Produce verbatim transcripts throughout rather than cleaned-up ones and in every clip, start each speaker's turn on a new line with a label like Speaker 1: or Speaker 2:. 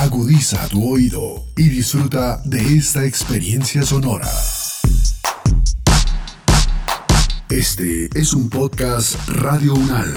Speaker 1: Agudiza tu oído y disfruta de esta experiencia sonora. Este es un podcast Radio Unal.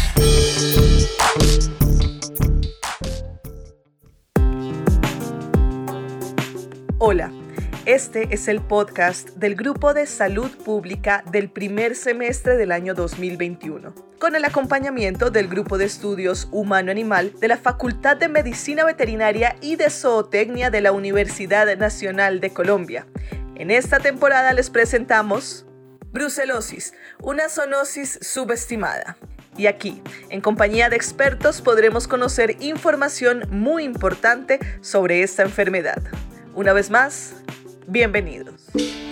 Speaker 2: Hola, este es el podcast del Grupo de Salud Pública del primer semestre del año dos mil veintiuno, con el acompañamiento del Grupo de Estudios Humano-Animal de la Facultad de Medicina Veterinaria y de Zootecnia de la Universidad Nacional de Colombia. En esta temporada les presentamos brucelosis, una zoonosis subestimada. Y aquí, en compañía de expertos, podremos conocer información muy importante sobre esta enfermedad. Una vez más, bienvenidos.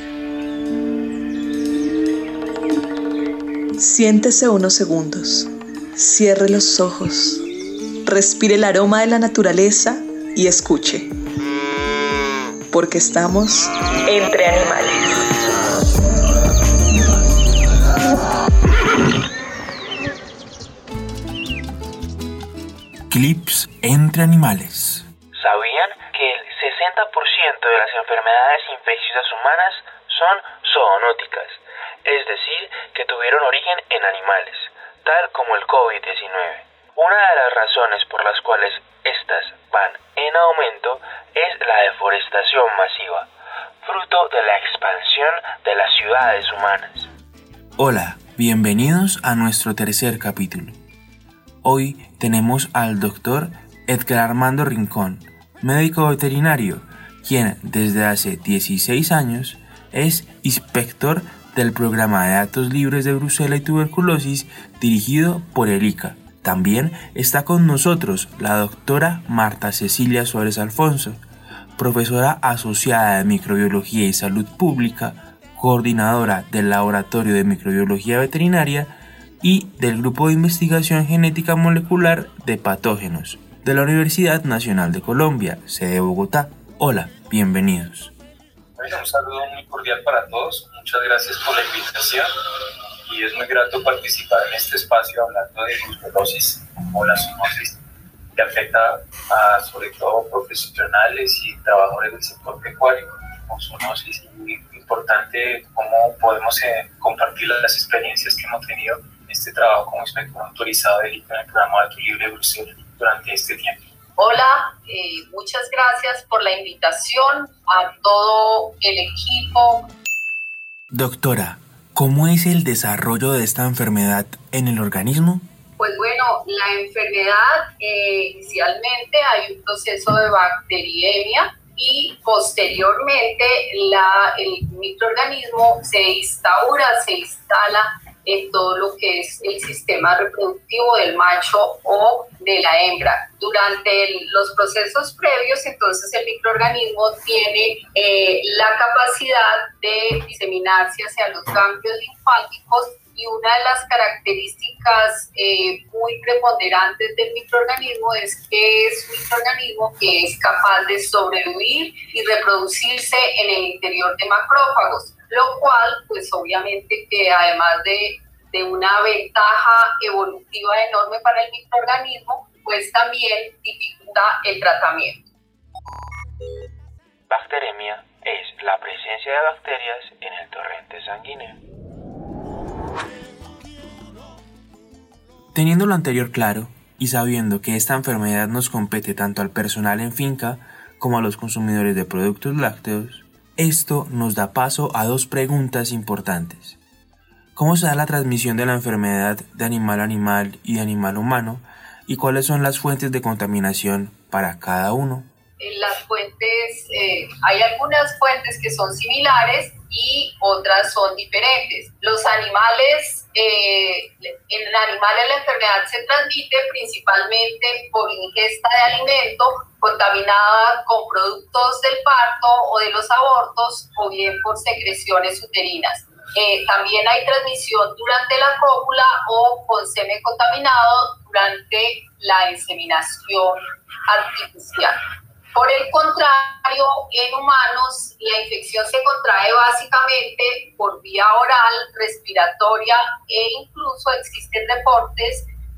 Speaker 3: Siéntese unos segundos, cierre los ojos, respire el aroma de la naturaleza y escuche, porque estamos entre animales.
Speaker 4: Clips entre animales.
Speaker 5: ¿Sabían que el sesenta por ciento de las enfermedades infecciosas humanas son zoonóticas? Es decir, que tuvieron origen en animales, tal como el covid diecinueve. Una de las razones por las cuales estas van en aumento es la deforestación masiva, fruto de la expansión de las ciudades humanas.
Speaker 4: Hola, bienvenidos a nuestro tercer capítulo. Hoy tenemos al doctor Edgar Armando Rincón, médico veterinario, quien desde hace dieciséis años es inspector del programa de datos libres de brucela y tuberculosis dirigido por el I C A. También está con nosotros la doctora Marta Cecilia Suárez Alfonso, profesora asociada de Microbiología y Salud Pública, coordinadora del Laboratorio de Microbiología Veterinaria y del Grupo de Investigación Genética Molecular de Patógenos de la Universidad Nacional de Colombia, sede Bogotá. Hola, bienvenidos.
Speaker 6: Bueno, un saludo muy cordial para todos, muchas gracias por la invitación y es muy grato participar en este espacio hablando de brucelosis o la zoonosis que afecta a sobre todo profesionales y trabajadores del sector pecuario con zoonosis. Y importante cómo podemos eh, compartir las experiencias que hemos tenido en este trabajo como inspector autorizado del I C A en el programa de Datos Libre de Brucela durante este tiempo.
Speaker 7: Hola, eh, muchas gracias por la invitación a todo el equipo.
Speaker 4: Doctora, ¿cómo es el desarrollo de esta enfermedad en el organismo?
Speaker 7: Pues bueno, la enfermedad eh, inicialmente hay un proceso de bacteriemia y posteriormente la, el microorganismo se instaura, se instala en todo lo que es el sistema reproductivo del macho o de la hembra. Durante el, los procesos previos, entonces el microorganismo tiene eh, la capacidad de diseminarse hacia los ganglios linfáticos y una de las características eh, muy preponderantes del microorganismo es que es un microorganismo que es capaz de sobrevivir y reproducirse en el interior de macrófagos, lo cual, pues obviamente que además de, de una ventaja evolutiva enorme para el microorganismo, pues también dificulta el tratamiento.
Speaker 5: Bacteremia es la presencia de bacterias en el torrente sanguíneo.
Speaker 4: Teniendo lo anterior claro y sabiendo que esta enfermedad nos compete tanto al personal en finca como a los consumidores de productos lácteos, esto nos da paso a dos preguntas importantes. ¿Cómo se da la transmisión de la enfermedad de animal a animal y de animal a humano? ¿Y cuáles son las fuentes de contaminación para cada uno?
Speaker 7: Las fuentes, eh, hay algunas fuentes que son similares y otras son diferentes. Los animales, eh, en animales la enfermedad se transmite principalmente por ingesta de alimento contaminada con productos del parto o de los abortos o bien por secreciones uterinas. Eh, también hay transmisión durante la cópula o con semen contaminado durante la inseminación artificial. Por el contrario, en humanos la infección se contrae básicamente por vía oral, respiratoria e incluso existen reportes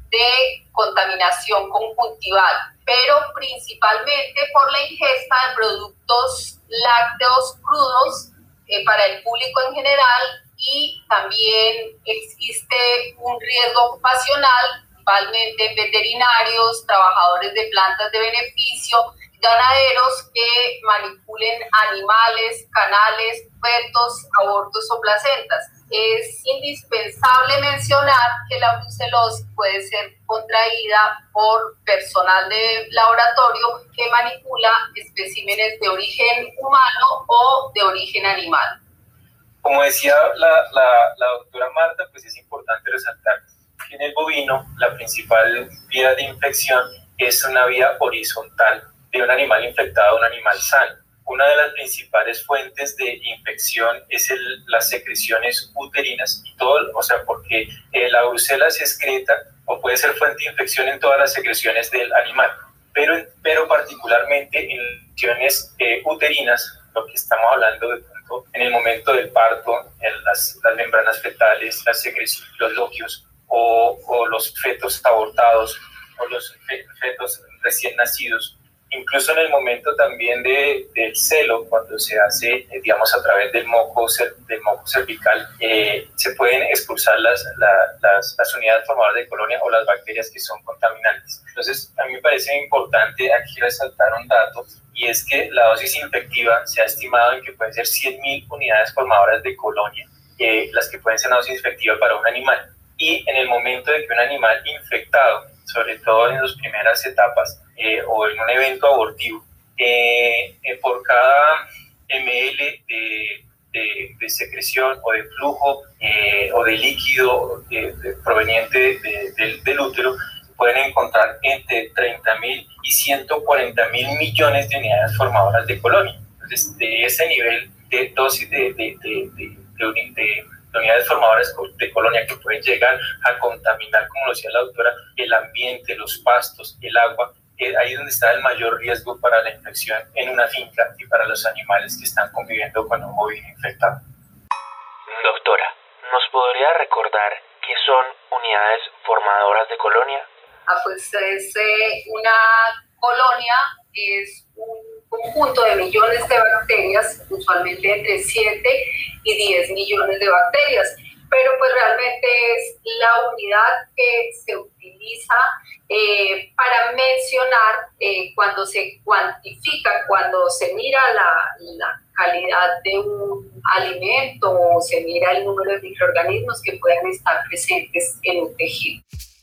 Speaker 7: de contaminación conjuntival, pero principalmente por la ingesta de productos lácteos crudos eh, para el público en general, y también existe un riesgo ocupacional, principalmente veterinarios, trabajadores de plantas de beneficio, ganaderos que manipulen animales, canales, fetos, abortos o placentas. Es indispensable mencionar que la brucelosis puede ser contraída por personal de laboratorio que manipula especímenes de origen humano o de origen animal.
Speaker 6: Como decía la, la, la doctora Marta, pues es importante resaltar que en el bovino la principal vía de infección es una vía horizontal de un animal infectado a un animal sano. Una de las principales fuentes de infección es el, las secreciones uterinas, y todo, o sea, porque eh, la brucela se excreta o puede ser fuente de infección en todas las secreciones del animal, pero, pero particularmente en infecciones eh, uterinas, lo que estamos hablando de pronto en el momento del parto, en las, las membranas fetales, las secreciones, los loquios, o, o los fetos abortados, o los fetos recién nacidos. Incluso en el momento también de, del celo, cuando se hace, digamos, a través del moco, del moco cervical, eh, se pueden expulsar las, la, las, las unidades formadoras de colonia o las bacterias que son contaminantes. Entonces, a mí me parece importante aquí resaltar un dato, y es que la dosis infectiva se ha estimado en que pueden ser cien mil unidades formadoras de colonia, eh, las que pueden ser una dosis infectiva para un animal. Y en el momento de que un animal infectado, sobre todo en las primeras etapas, eh, o en un evento abortivo, eh, eh, por cada ml de, de, de secreción o de flujo eh, o de líquido de, de, proveniente de, de, del útero, pueden encontrar entre treinta mil y ciento cuarenta mil millones de unidades formadoras de colonia. Entonces, de ese nivel de dosis de, de, de, de, de, de, de unidades formadoras de colonia que pueden llegar a contaminar, como lo decía la doctora, el ambiente, los pastos, el agua, eh, ahí es donde está el mayor riesgo para la infección en una finca y para los animales que están conviviendo con un bovino infectado.
Speaker 5: Doctora, ¿nos podría recordar qué son unidades formadoras de colonia?
Speaker 7: Ah, pues es eh, una colonia, es un conjunto de millones de bacterias, usualmente entre siete y diez millones de bacterias, pero pues realmente es la unidad que se utiliza eh, para mencionar eh, cuando se cuantifica, cuando se mira la, la calidad de un alimento o se mira el número de microorganismos que puedan estar presentes en un tejido.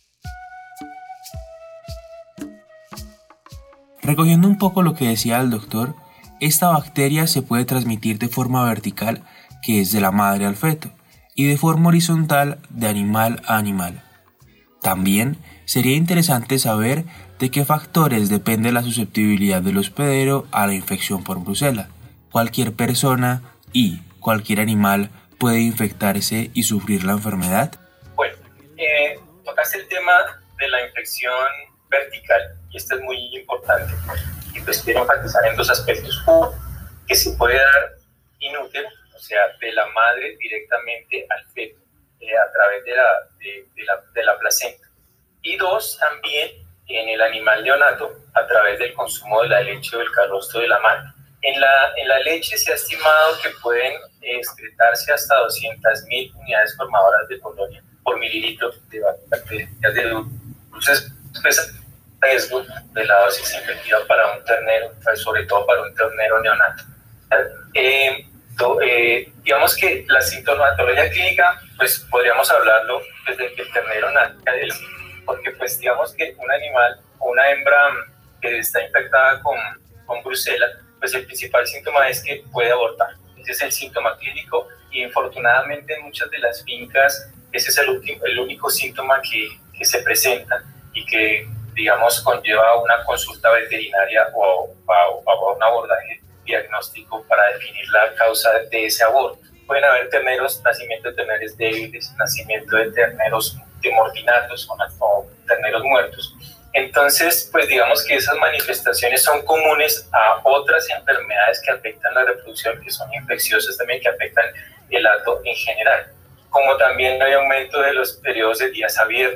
Speaker 4: Recogiendo un poco lo que decía el doctor, esta bacteria se puede transmitir de forma vertical, que es de la madre al feto, y de forma horizontal, de animal a animal. También sería interesante saber de qué factores depende la susceptibilidad del hospedero a la infección por brucela. Cualquier persona y cualquier animal puede infectarse y sufrir la enfermedad.
Speaker 6: Bueno, eh, tocaste el tema de la infección vertical, y esto es muy importante, y pues quiero enfatizar en dos aspectos. Uno, que se puede dar inútero, o sea, de la madre directamente al feto, eh, a través de la, de, de, la, de la placenta. Y dos, también en el animal neonato, a través del consumo de la leche o del calostro de la madre. En la, en la leche se ha estimado que pueden eh, excretarse hasta doscientas mil unidades formadoras de colonia por mililitro de bacterias de dulces. Pues, riesgo de la dosis infectiva para un ternero, sobre todo para un ternero neonato. Eh, to, eh, digamos que la sintomatología clínica, pues podríamos hablarlo desde que el ternero nace, porque pues digamos que un animal o una hembra que está infectada con, con brucela, pues el principal síntoma es que puede abortar. Ese es el síntoma clínico, y infortunadamente en muchas de las fincas ese es el, último, el único síntoma que, que se presenta y que, digamos, conlleva una consulta veterinaria o, o, o un abordaje diagnóstico para definir la causa de ese aborto. Pueden haber terneros, nacimiento de terneros débiles, nacimiento de terneros demorfinatos o, o terneros muertos. Entonces, pues digamos que esas manifestaciones son comunes a otras enfermedades que afectan la reproducción, que son infecciosas también, que afectan el hato en general. Como también hay aumento de los periodos de días abiertos,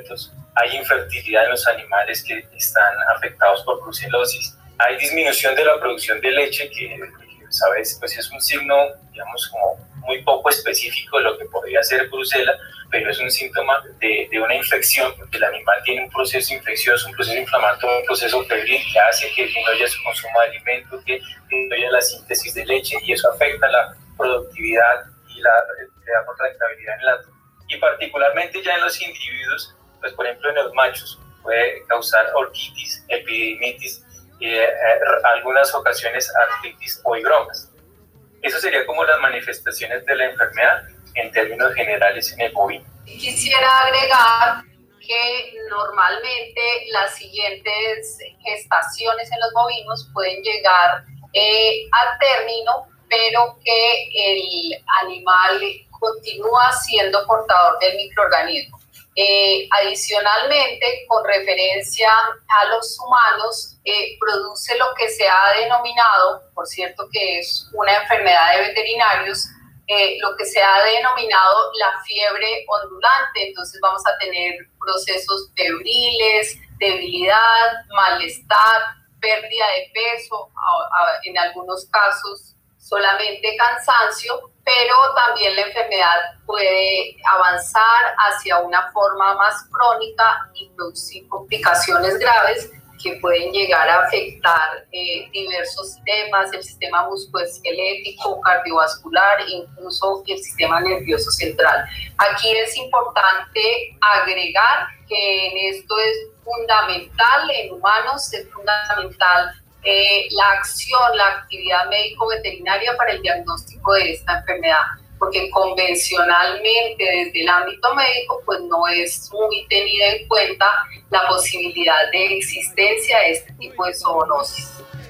Speaker 6: hay infertilidad en los animales que están afectados por brucelosis, hay disminución de la producción de leche, que, sabes, pues es un signo, digamos, como muy poco específico de lo que podría ser brucela, pero es un síntoma de, de una infección, porque el animal tiene un proceso infeccioso, un proceso inflamatorio, un proceso febril que hace que disminuya su consumo de alimentos, que disminuya la síntesis de leche, y eso afecta la productividad y la, la rentabilidad en el lato. Y particularmente ya en los individuos, pues por ejemplo en los machos, puede causar orquitis, epididimitis, y eh, algunas ocasiones artritis o higromas. Eso sería como las manifestaciones de la enfermedad en términos generales en el bovino.
Speaker 7: Quisiera agregar que normalmente las siguientes gestaciones en los bovinos pueden llegar eh, a término, pero que el animal continúa siendo portador del microorganismo. Eh, adicionalmente, con referencia a los humanos, eh, produce lo que se ha denominado, por cierto que es una enfermedad de veterinarios, eh, lo que se ha denominado la fiebre ondulante. Entonces vamos a tener procesos febriles, debilidad, malestar, pérdida de peso, a, a, en algunos casos solamente cansancio, pero también la enfermedad puede avanzar hacia una forma más crónica y producir complicaciones graves que pueden llegar a afectar eh, diversos sistemas, el sistema musculoesquelético, cardiovascular, incluso el sistema nervioso central. Aquí es importante agregar que en esto es fundamental, en humanos es fundamental Eh, la acción, la actividad médico-veterinaria para el diagnóstico de esta enfermedad, porque convencionalmente desde el ámbito médico pues no es muy tenida en cuenta la posibilidad de existencia de este tipo de zoonosis.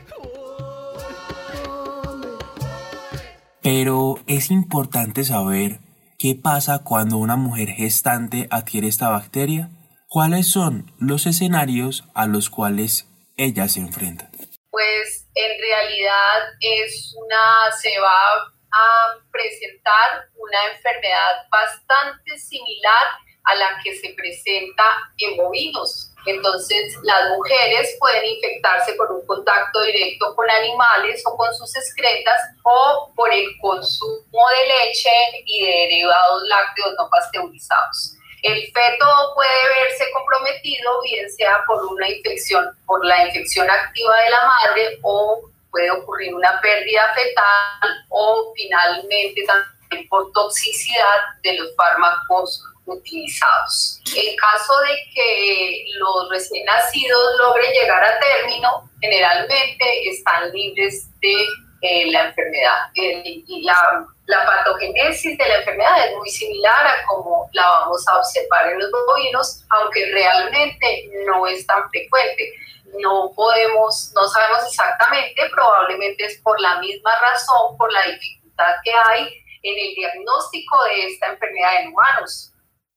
Speaker 4: Pero es importante saber qué pasa cuando una mujer gestante adquiere esta bacteria. ¿Cuáles son los escenarios a los cuales ella se enfrenta?
Speaker 7: Pues en realidad es una, se va a presentar una enfermedad bastante similar a la que se presenta en bovinos. Entonces las mujeres pueden infectarse por un contacto directo con animales o con sus excretas, o por el consumo de leche y de derivados lácteos no pasteurizados. El feto puede verse comprometido, bien sea por una infección, por la infección activa de la madre, o puede ocurrir una pérdida fetal, o finalmente también por toxicidad de los fármacos utilizados. En caso de que los recién nacidos logren llegar a término, generalmente están libres de eh, la enfermedad. El, la, La patogénesis de la enfermedad es muy similar a como la vamos a observar en los bovinos, aunque realmente no es tan frecuente. No podemos, no sabemos exactamente, probablemente es por la misma razón, por la dificultad que hay en el diagnóstico de esta enfermedad en humanos.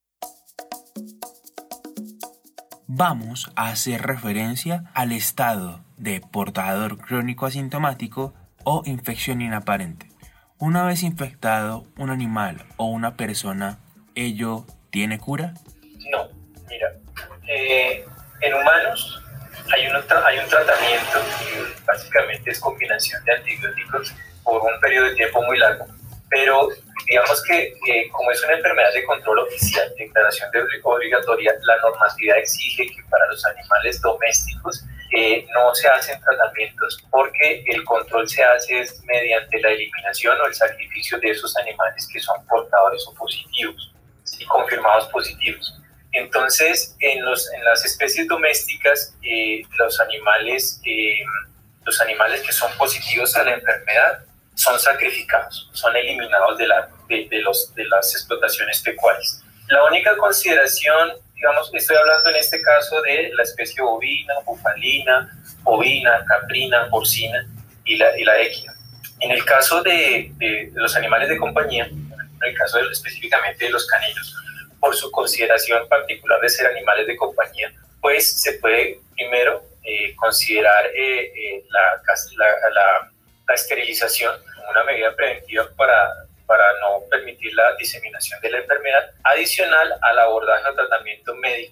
Speaker 4: Vamos a hacer referencia al estado de portador crónico asintomático o infección inaparente. Una vez infectado un animal o una persona, ¿ello tiene cura?
Speaker 6: No, mira, eh, en humanos hay un, hay un tratamiento que básicamente es combinación de antibióticos por un periodo de tiempo muy largo, pero digamos que eh, como es una enfermedad de control oficial, declaración de obligatoria, la normatividad exige que para los animales domésticos Eh, no se hacen tratamientos, porque el control se hace mediante la eliminación o el sacrificio de esos animales que son portadores o positivos, y confirmados positivos. Entonces, en, los, en las especies domésticas, eh, los, animales, eh, los animales que son positivos a la enfermedad son sacrificados, son eliminados de, la, de, de, los, de las explotaciones pecuarias. La única consideración, digamos, estoy hablando en este caso de la especie bovina, bufalina, ovina, caprina, porcina y la, y la equina. En el caso de, de, de los animales de compañía, en el caso de, específicamente de los caninos, por su consideración particular de ser animales de compañía, pues se puede primero eh, considerar eh, eh, la, la, la, la esterilización como una medida preventiva para para no permitir la diseminación de la enfermedad, adicional al abordaje o tratamiento médico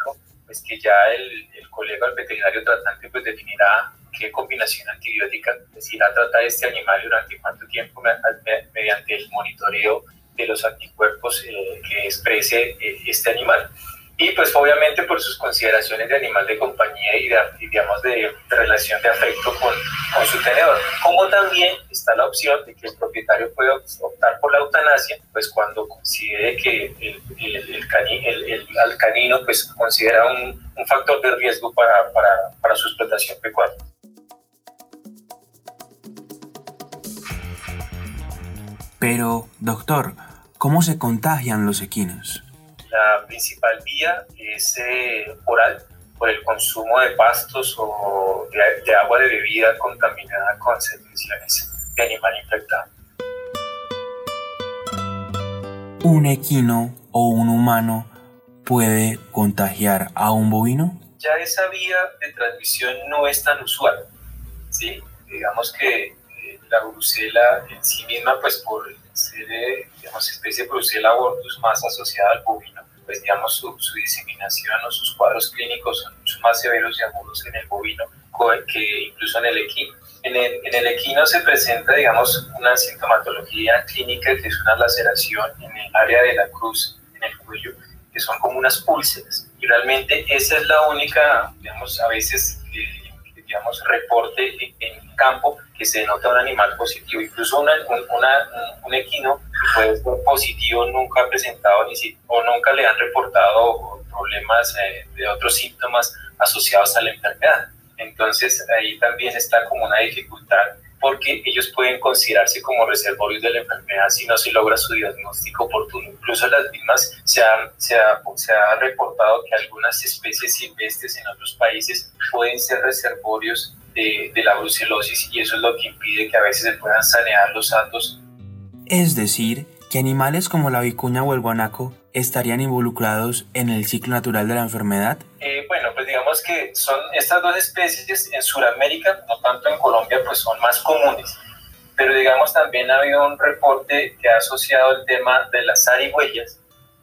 Speaker 6: pues que ya el, el colega, el veterinario tratante, pues definirá qué combinación antibiótica pues, irá a tratar este animal durante cuánto tiempo mediante el monitoreo de los anticuerpos eh, que exprese eh, este animal. Y pues obviamente por sus consideraciones de animal de compañía y, de, y digamos de, de relación de afecto con, con su tenedor. Como también está la opción de que el propietario pueda optar por la eutanasia, pues cuando considere que el, el, el, cani, el, el, el canino pues considera un, un factor de riesgo para, para, para su explotación pecuaria.
Speaker 4: Pero, doctor, ¿cómo se contagian los equinos?
Speaker 6: La principal vía es eh, oral, por el consumo de pastos o de, de agua de bebida contaminada con secreciones de animal infectado.
Speaker 4: ¿Un equino o un humano puede contagiar a un bovino?
Speaker 6: Ya esa vía de transmisión no es tan usual, ¿sí? Digamos que eh, la brucela en sí misma, pues por ser, eh, digamos, especie Brucella abortus más asociada al bovino, pues digamos su, su diseminación o sus cuadros clínicos son mucho más severos y agudos en el bovino que incluso en el equino. En el, en el equino se presenta, digamos, una sintomatología clínica que es una laceración en el área de la cruz, en el cuello, que son como unas úlceras. Y realmente esa es la única, digamos, a veces, eh, digamos, reporte en, en campo que se denota un animal positivo. Incluso una, una, un equino que puede ser positivo nunca ha presentado ni si, o nunca le han reportado problemas eh, de otros síntomas asociados a la enfermedad. Entonces ahí también está como una dificultad porque ellos pueden considerarse como reservorios de la enfermedad si no se logra su diagnóstico oportuno. Incluso las mismas se ha, se ha, se ha reportado que algunas especies silvestres en otros países pueden ser reservorios de, de la brucelosis y eso es lo que impide que a veces se puedan sanear los hatos.
Speaker 4: Es decir, que animales como la vicuña o el guanaco estarían involucrados en el ciclo natural de la enfermedad.
Speaker 6: Eh, bueno, pues digamos que son estas dos especies en Sudamérica, no tanto en Colombia, pues son más comunes. Pero digamos también ha habido un reporte que ha asociado el tema de las zarigüeyas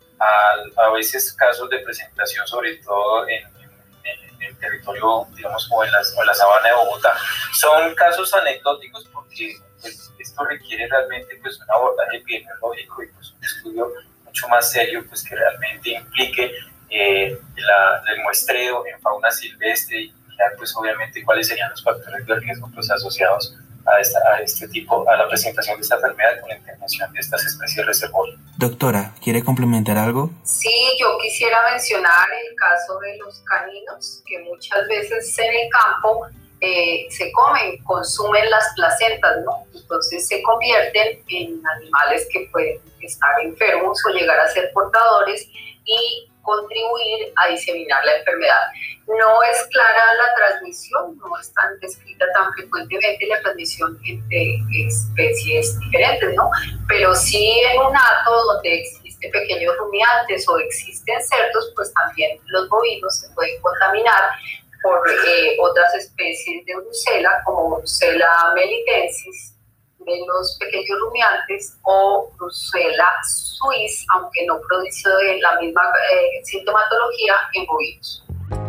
Speaker 6: a, a veces casos de presentación, sobre todo en, en, en el territorio, digamos, o en, las, o en la sabana de Bogotá. Son casos anecdóticos porque pues, esto requiere realmente pues, un abordaje epidemiológico y pues, un estudio mucho más serio pues, que realmente implique eh, la, el muestreo en fauna silvestre y mirar pues, obviamente cuáles serían los factores de riesgo pues, asociados a, esta, a este tipo, a la presentación de esta enfermedad con la intervención de estas especies reservorias.
Speaker 4: Doctora, ¿quiere complementar algo?
Speaker 7: Sí, yo quisiera mencionar el caso de los caninos, que muchas veces en el campo eh, se comen, consumen las placentas, ¿no? Entonces se convierten en animales que pueden estar enfermos o llegar a ser portadores y contribuir a diseminar la enfermedad. No es clara la transmisión, no es tan descrita tan frecuentemente la transmisión entre especies diferentes, ¿no? Pero sí en un hato donde existen pequeños rumiantes o existen cerdos, pues también los bovinos se pueden contaminar por eh, otras especies de Brucella, como Brucella melitensis, de los pequeños rumiantes, o Brucella suis, aunque no produce la misma eh, sintomatología en bovinos.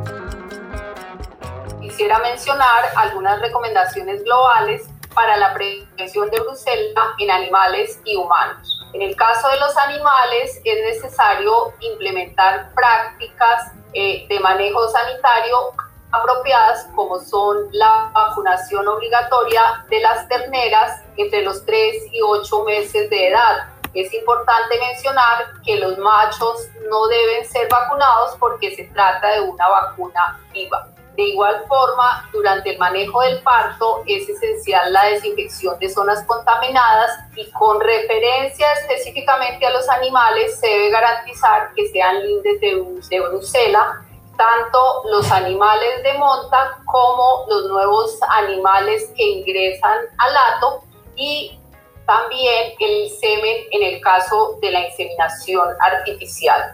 Speaker 7: Quisiera mencionar algunas recomendaciones globales para la prevención de Brucella en animales y humanos. En el caso de los animales es necesario implementar prácticas eh, de manejo sanitario apropiadas, como son la vacunación obligatoria de las terneras entre los tres y ocho meses de edad. Es importante mencionar que los machos no deben ser vacunados porque se trata de una vacuna viva. De igual forma, durante el manejo del parto es esencial la desinfección de zonas contaminadas y con referencia específicamente a los animales se debe garantizar que sean libres de, de Brucella, tanto los animales de monta como los nuevos animales que ingresan al hato y también el semen en el caso de la inseminación artificial.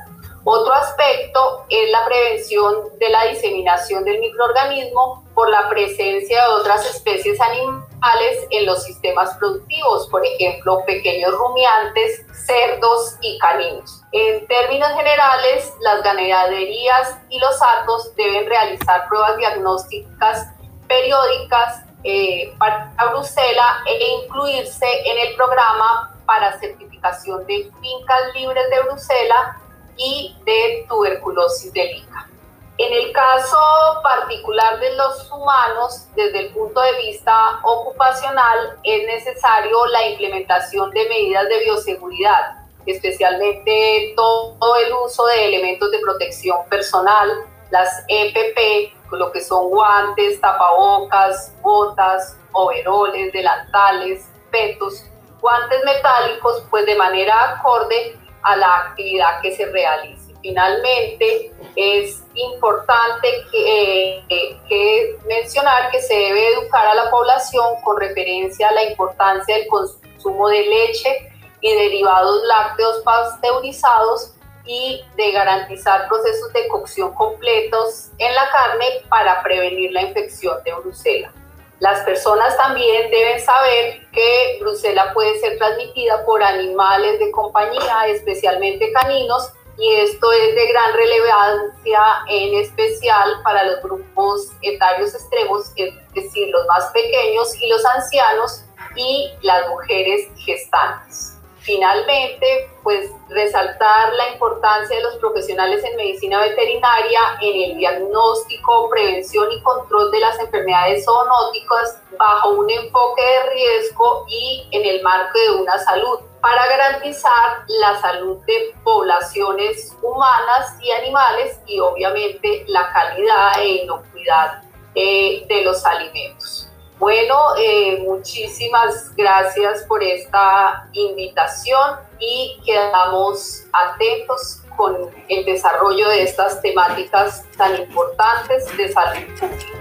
Speaker 7: Otro aspecto es la prevención de la diseminación del microorganismo por la presencia de otras especies animales en los sistemas productivos, por ejemplo, pequeños rumiantes, cerdos y caninos. En términos generales, las ganaderías y los hatos deben realizar pruebas diagnósticas periódicas eh, para Brucela e incluirse en el programa para certificación de fincas libres de Brucela y de tuberculosis de Zika. En el caso particular de los humanos, desde el punto de vista ocupacional, es necesario la implementación de medidas de bioseguridad, especialmente todo el uso de elementos de protección personal, las E P P, lo que son guantes, tapabocas, botas, overoles, delantales, petos, guantes metálicos, pues de manera acorde a la actividad que se realice. Finalmente, es importante que, eh, que mencionar que se debe educar a la población con referencia a la importancia del consumo de leche y derivados lácteos pasteurizados y de garantizar procesos de cocción completos en la carne para prevenir la infección de brucela. Las personas también deben saber que brucela puede ser transmitida por animales de compañía, especialmente caninos, y esto es de gran relevancia, en especial para los grupos etarios extremos, es decir, los más pequeños y los ancianos y las mujeres gestantes. Finalmente, pues resaltar la importancia de los profesionales en medicina veterinaria en el diagnóstico, prevención y control de las enfermedades zoonóticas bajo un enfoque de riesgo y en el marco de una salud, para garantizar la salud de poblaciones humanas y animales y obviamente la calidad e inocuidad eh, de los alimentos. Bueno, eh, muchísimas gracias por esta invitación y quedamos atentos con el desarrollo de estas temáticas tan importantes de salud pública.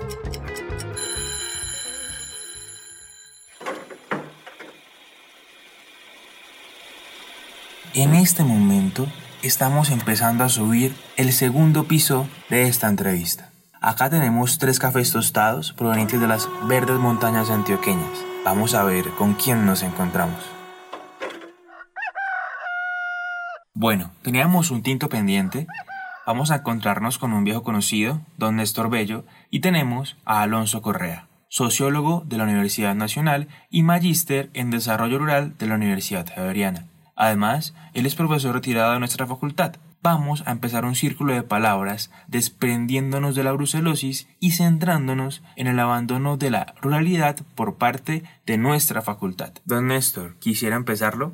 Speaker 4: En este momento estamos empezando a subir el segundo piso de esta entrevista. Acá tenemos tres cafés tostados provenientes de las verdes montañas antioqueñas. Vamos a ver con quién nos encontramos. Bueno, teníamos un tinto pendiente. Vamos a encontrarnos con un viejo conocido, don Néstor Bello, y tenemos a Alonso Correa, sociólogo de la Universidad Nacional y magíster en Desarrollo Rural de la Universidad Javeriana. Además, él es profesor retirado de nuestra facultad. Vamos a empezar un círculo de palabras desprendiéndonos de la brucelosis y centrándonos en el abandono de la ruralidad por parte de nuestra facultad. Don Néstor, ¿quisiera empezarlo?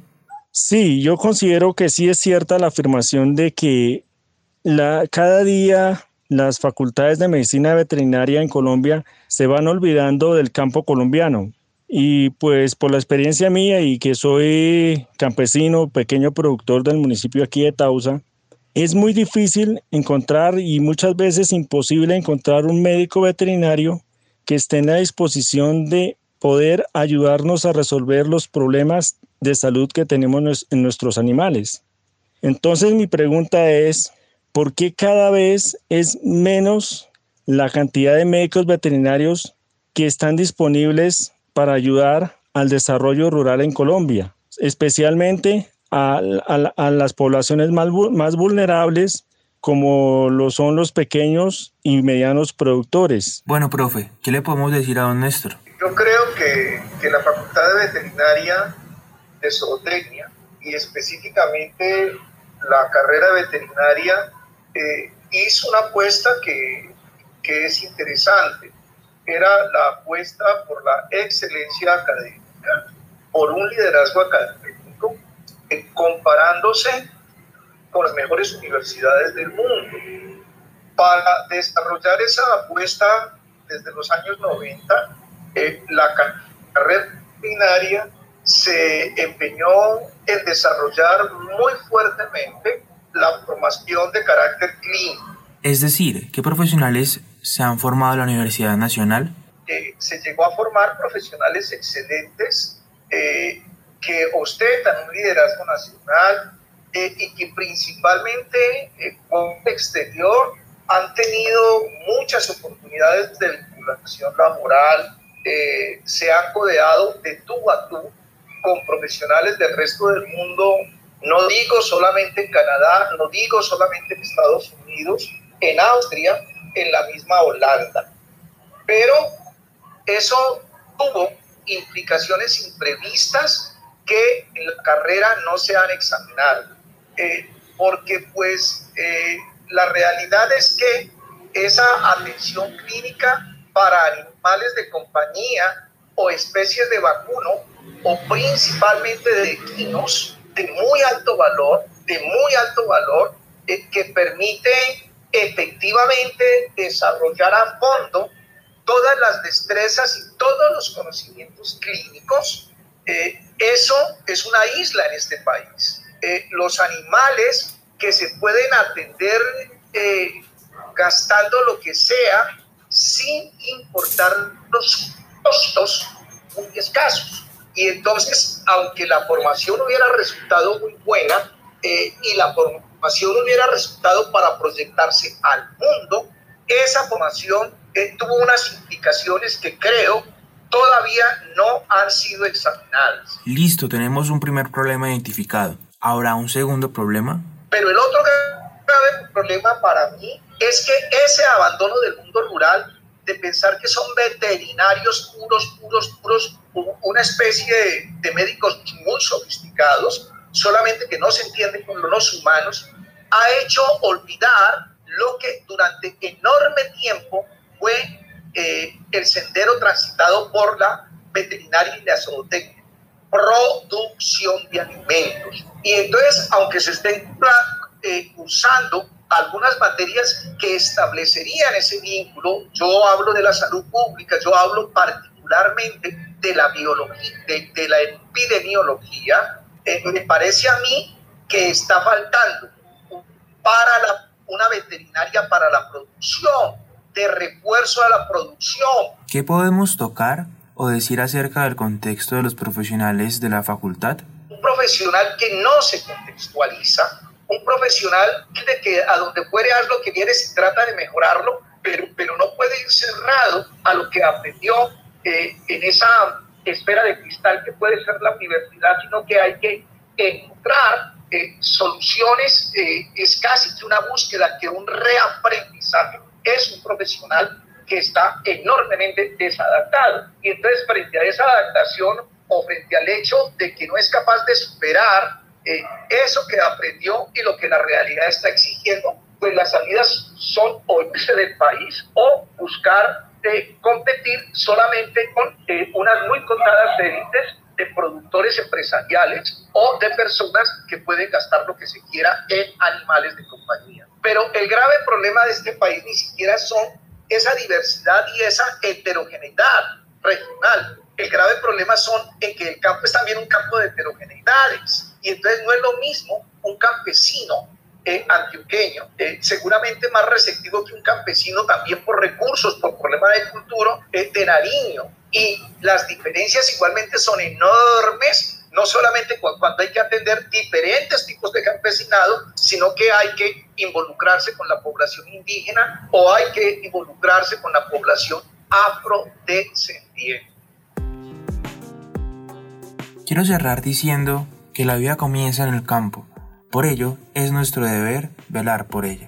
Speaker 8: Sí, yo considero que sí es cierta la afirmación de que la, cada día las facultades de medicina veterinaria en Colombia se van olvidando del campo colombiano. Y pues por la experiencia mía y que soy campesino, pequeño productor del municipio aquí de Tausa, es muy difícil encontrar y muchas veces imposible encontrar un médico veterinario que esté en la disposición de poder ayudarnos a resolver los problemas de salud que tenemos en nuestros animales. Entonces mi pregunta es, ¿por qué cada vez es menos la cantidad de médicos veterinarios que están disponibles para ayudar al desarrollo rural en Colombia, especialmente a, a, a las poblaciones más, más vulnerables, como lo son los pequeños y medianos productores?
Speaker 4: Bueno, profe, ¿qué le podemos decir a don Néstor?
Speaker 9: Yo creo que, que la Facultad de Veterinaria, de Zootecnia y específicamente la carrera veterinaria eh, hizo una apuesta que, que es interesante. Era la apuesta por la excelencia académica, por un liderazgo académico, eh, comparándose con las mejores universidades del mundo. Para desarrollar esa apuesta desde los años noventa, eh, la carrera veterinaria se empeñó en desarrollar muy fuertemente la formación de carácter clínico.
Speaker 4: Es decir, ¿qué profesionales se han formado en la Universidad Nacional?
Speaker 9: Eh, se llegó a formar profesionales excelentes eh, que ostentan un liderazgo nacional, eh, y que principalmente eh, con el exterior han tenido muchas oportunidades de vinculación laboral, eh, se han codeado de tú a tú con profesionales del resto del mundo, no digo solamente en Canadá, no digo solamente en Estados Unidos, en Austria, en la misma Holanda. Pero eso tuvo implicaciones imprevistas que en la carrera no se han examinado, eh, porque pues eh, la realidad es que esa atención clínica para animales de compañía o especies de vacuno o principalmente de equinos de muy alto valor, de muy alto valor, eh, que permite efectivamente desarrollar a fondo todas las destrezas y todos los conocimientos clínicos. Eh, eso es una isla en este país. Eh, los animales que se pueden atender eh, gastando lo que sea sin importar los costos muy escasos. Y entonces, aunque la formación hubiera resultado muy buena eh, y la formación hubiera resultado para proyectarse al mundo, esa formación eh, tuvo unas implicaciones que creo todavía no han sido examinadas.
Speaker 4: Listo, tenemos un primer problema identificado. ¿Habrá un segundo problema?
Speaker 9: Pero el otro grave problema para mí es que ese abandono del mundo rural, de pensar que son veterinarios puros, puros, puros, una especie de, de médicos muy sofisticados, solamente que no se entienden con los humanos, ha hecho olvidar lo que durante enorme tiempo fue eh, el sendero transitado por la veterinaria y la zootecnia, producción de alimentos. Y entonces, aunque se estén eh, usando algunas materias que establecerían ese vínculo, yo hablo de la salud pública, yo hablo particularmente de la biología, de, de la epidemiología, eh, me parece a mí que está faltando para la, una veterinaria para la producción, de refuerzo a la producción.
Speaker 4: ¿Qué podemos tocar o decir acerca del contexto de los profesionales de la facultad?
Speaker 9: Un profesional que no se contextualiza, un profesional de que a donde fuere haz lo que vienes y trata de mejorarlo, pero, pero no puede ir cerrado a lo que aprendió eh, en esa esfera de cristal que puede ser la universidad, sino que hay que encontrar eh, soluciones, eh, es casi que una búsqueda, que un reaprendizaje. Es un profesional que está enormemente desadaptado, y entonces frente a esa adaptación o frente al hecho de que no es capaz de superar eh, eso que aprendió y lo que la realidad está exigiendo, pues las salidas son o irse del país o buscar eh, competir solamente con eh, unas muy contadas élites de productores empresariales o de personas que pueden gastar lo que se quiera en animales de compañía. Pero el grave problema de este país ni siquiera son esa diversidad y esa heterogeneidad regional. El grave problema son en que el campo es también un campo de heterogeneidades, y entonces no es lo mismo un campesino eh, antioqueño, eh, seguramente más receptivo que un campesino también por recursos, por problemas de cultura, eh, de Nariño. Y las diferencias igualmente son enormes, no solamente cuando hay que atender diferentes tipos de campesinado, sino que hay que involucrarse con la población indígena o hay que involucrarse con la población afrodescendiente.
Speaker 4: Quiero cerrar diciendo que la vida comienza en el campo, por ello es nuestro deber velar por ella.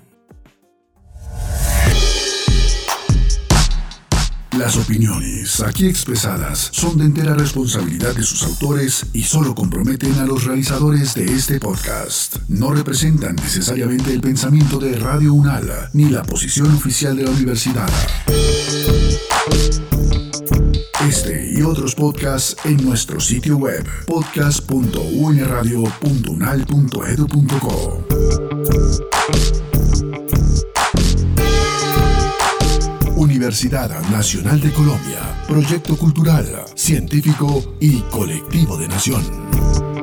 Speaker 1: Las opiniones aquí expresadas son de entera responsabilidad de sus autores y solo comprometen a los realizadores de este podcast. No representan necesariamente el pensamiento de Radio UNAL ni la posición oficial de la universidad. Este y otros podcasts en nuestro sitio web podcast punto u n radio punto unal punto e d u punto co. Universidad Nacional de Colombia, proyecto cultural, científico y colectivo de nación.